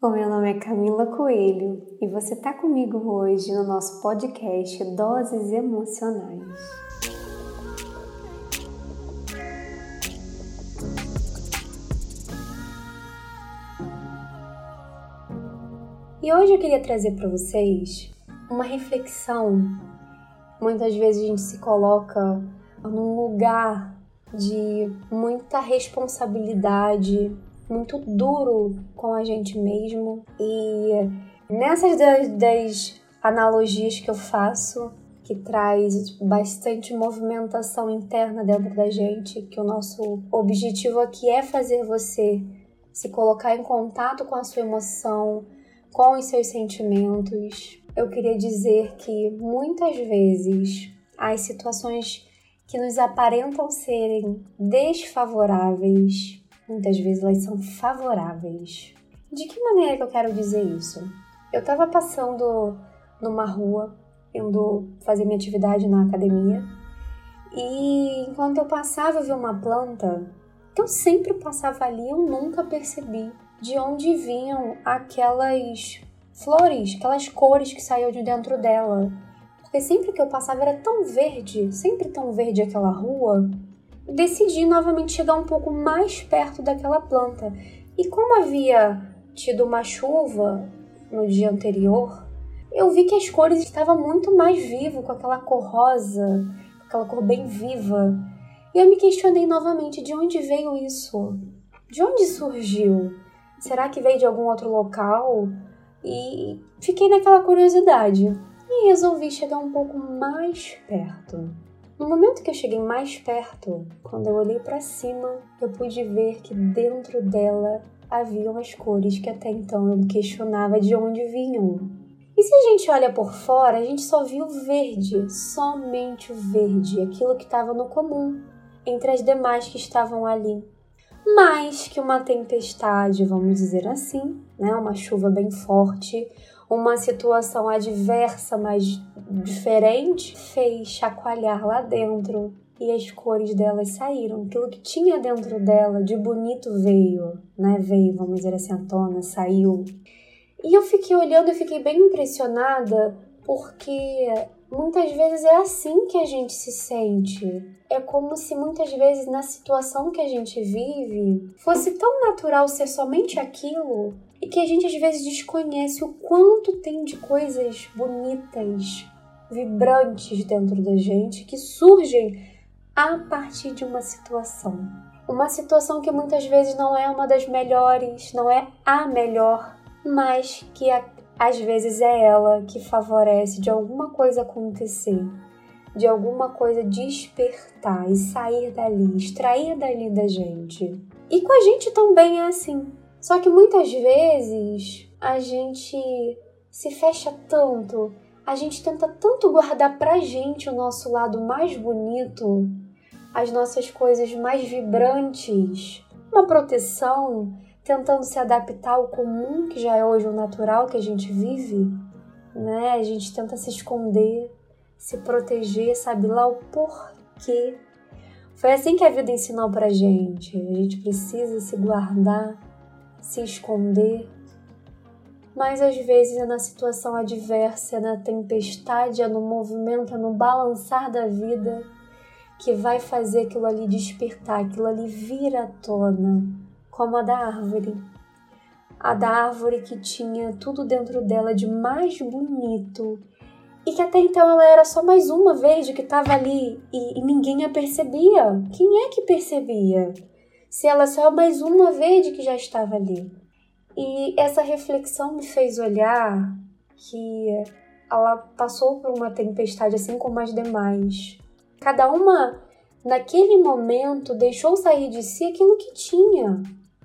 O meu nome é Camila Coelho e você está comigo hoje no nosso podcast Doses Emocionais. E hoje eu queria trazer para vocês uma reflexão. Muitas vezes a gente se coloca num lugar de muita responsabilidade, muito duro com a gente mesmo. E nessas das analogias que eu faço, que traz bastante movimentação interna dentro da gente, que o nosso objetivo aqui é fazer você se colocar em contato com a sua emoção, com os seus sentimentos. Eu queria dizer que muitas vezes as situações que nos aparentam serem desfavoráveis, muitas vezes elas são favoráveis. De que maneira que eu quero dizer isso? Eu estava passando numa rua, indo fazer minha atividade na academia, e enquanto eu passava eu vi uma planta que eu sempre passava ali e eu nunca percebi de onde vinham aquelas flores, aquelas cores que saíam de dentro dela. Porque sempre que eu passava era tão verde, sempre tão verde aquela rua, decidi novamente chegar um pouco mais perto daquela planta. E como havia tido uma chuva no dia anterior, eu vi que as cores estavam muito mais vivas, com aquela cor rosa, aquela cor bem viva. E eu me questionei novamente, de onde veio isso? De onde surgiu? Será que veio de algum outro local? E fiquei naquela curiosidade e resolvi chegar um pouco mais perto. No momento que eu cheguei mais perto, quando eu olhei para cima, eu pude ver que dentro dela haviam as cores que até então eu me questionava de onde vinham. E se a gente olha por fora, a gente só viu o verde, somente o verde, aquilo que estava no comum, entre as demais que estavam ali. Mais que uma tempestade, vamos dizer assim, né? Uma chuva bem forte, uma situação adversa, mas diferente, fez chacoalhar lá dentro e as cores delas saíram. Aquilo que tinha dentro dela de bonito veio, né? Veio, vamos dizer assim, à tona, saiu. E eu fiquei olhando e fiquei bem impressionada porque muitas vezes é assim que a gente se sente. É como se muitas vezes na situação que a gente vive fosse tão natural ser somente aquilo e que a gente às vezes desconhece o quanto tem de coisas bonitas, vibrantes dentro da gente que surgem a partir de uma situação. Uma situação que muitas vezes não é uma das melhores, não é a melhor, mas que às vezes é ela que favorece de alguma coisa acontecer, de alguma coisa despertar e sair dali, extrair dali da gente. E com a gente também é assim. Só que muitas vezes a gente se fecha tanto, a gente tenta tanto guardar pra gente o nosso lado mais bonito, as nossas coisas mais vibrantes, uma proteção, tentando se adaptar ao comum, que já é hoje o natural que a gente vive, né? A gente tenta se esconder, se proteger, sabe lá o porquê. Foi assim que a vida ensinou pra gente. A gente precisa se guardar, se esconder. Mas às vezes é na situação adversa, é na tempestade, é no movimento, é no balançar da vida que vai fazer aquilo ali despertar, aquilo ali vir à tona. Como a da árvore. A da árvore que tinha tudo dentro dela de mais bonito e que até então ela era só mais uma verde que estava ali e ninguém a percebia. Quem é que percebia? Se ela só é mais uma verde que já estava ali. E essa reflexão me fez olhar que ela passou por uma tempestade assim como as demais. Cada uma, naquele momento, deixou sair de si aquilo que tinha.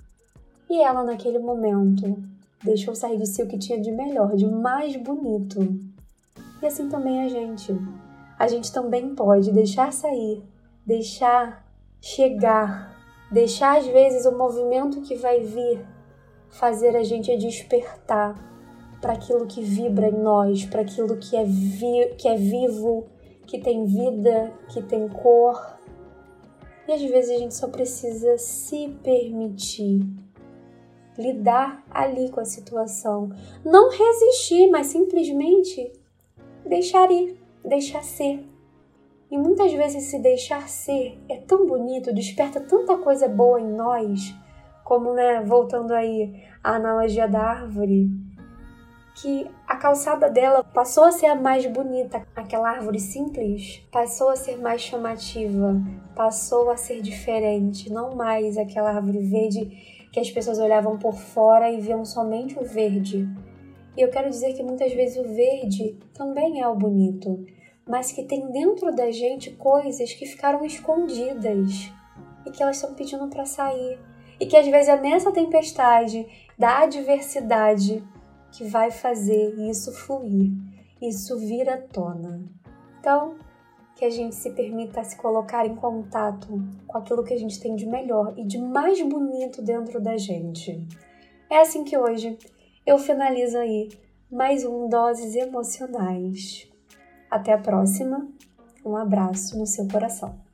E ela, naquele momento, deixou sair de si o que tinha de melhor, de mais bonito. E assim também a gente. A gente também pode deixar sair, deixar chegar, deixar às vezes o movimento que vai vir fazer a gente despertar para aquilo que vibra em nós, para aquilo que é vivo, que tem vida, que tem cor. E às vezes a gente só precisa se permitir lidar ali com a situação. Não resistir, mas simplesmente deixar ir, deixar ser. E muitas vezes se deixar ser é tão bonito, desperta tanta coisa boa em nós, como, voltando aí à analogia da árvore, que a calçada dela passou a ser a mais bonita. Aquela árvore simples passou a ser mais chamativa, passou a ser diferente, não mais aquela árvore verde que as pessoas olhavam por fora e viam somente o verde. E eu quero dizer que muitas vezes o verde também é o bonito, mas que tem dentro da gente coisas que ficaram escondidas e que elas estão pedindo para sair. E que às vezes é nessa tempestade da adversidade que vai fazer isso fluir, isso vir à tona. Então, que a gente se permita se colocar em contato com aquilo que a gente tem de melhor e de mais bonito dentro da gente. É assim que hoje eu finalizo aí mais um Doses Emocionais. Até a próxima, um abraço no seu coração.